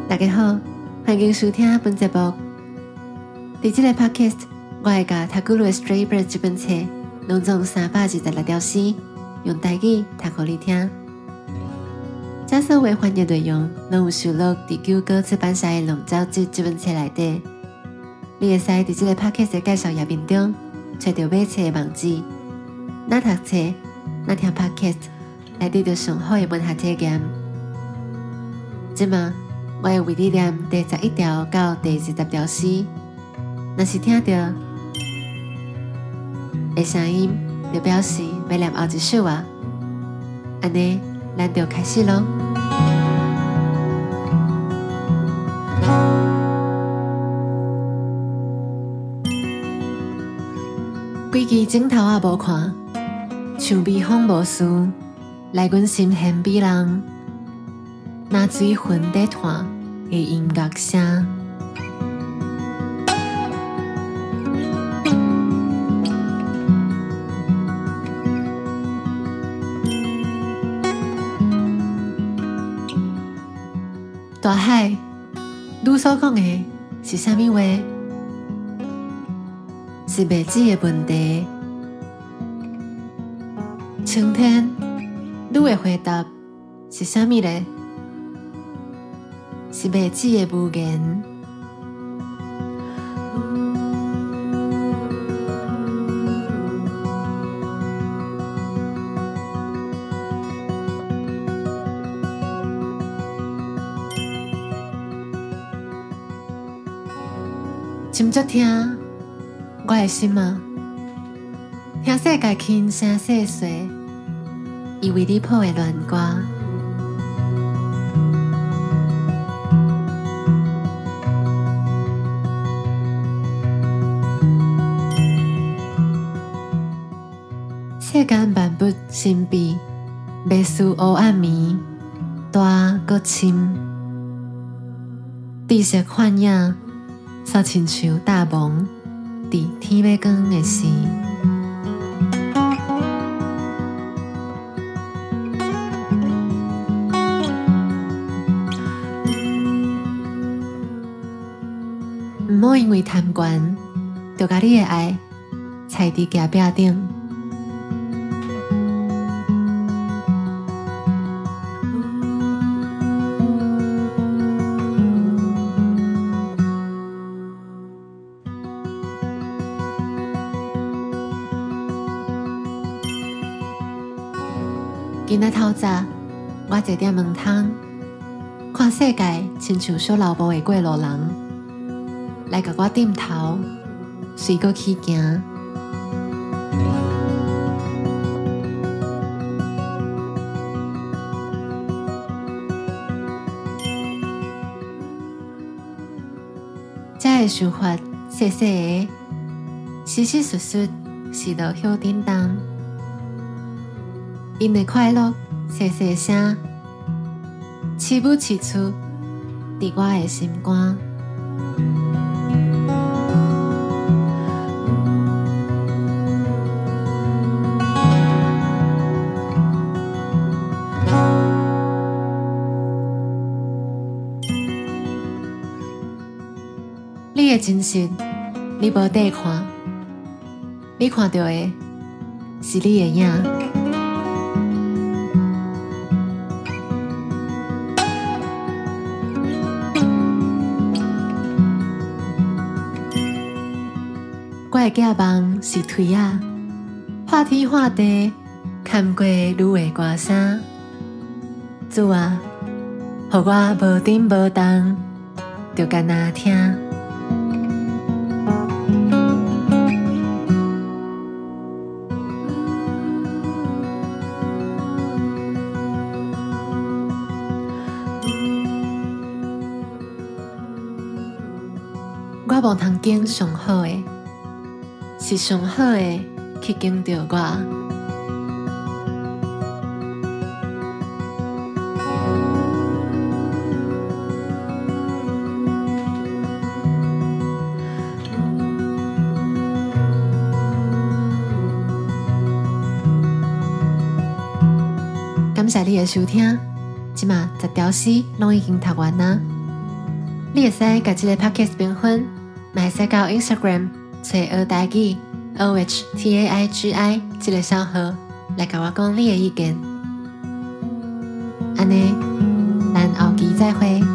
大家好，欢迎收听本节目。在这个 podcast， 我会把《Tagulu Stray Bird》这本册浓总326条诗，用台语读给你听。这所有翻译内容拢有收录在九歌出版社的《龙舟集》这本册内底。你会使在这个 podcast 的介绍页面中找到买册的网址。哪读册，哪听 podcast， 来得到上好的文学体验。即马我会为你念第11条到第20条诗，若是听到的声音，就表示要念后一首啊。安尼，咱就开始咯。规支镜头也无看，像微风无事，来阮心弦比人。那水魂在弹的音乐声，大海，你所讲的是啥物话？是未知的问题。春天，你的回答是啥物呢？是未知的无言。真足听我的心啊，听世界轻声细碎，伊为你谱的恋歌。世间万物神秘，未似黑暗暝，大搁深。知识幻影，煞亲像大梦，伫天要光的时。毋好因为贪悬，就甲你的爱踩伫夹壁顶。今仔透早，我坐伫门窗，看世界亲像小老母的过路人，来甲我点头，随过去行。这个想法细细的，实实述述是落叶叮当。因的快乐细细声，起舞起出伫我的心肝。你的真实，你无底看，你看到的是你的影。我的寄望是推啊，破天破地，看过你的歌声。主啊，予我无顶无动，就干那听。我望通经上好的。是上好的去经着我。感谢你的收听，即马10条诗拢已经读完啦。 你会使把这个 podcast 评分，也会使到 Instagram 找学台语 OHTAIGI 这个小号来跟我讲你的意见。安尼，咱后期再会。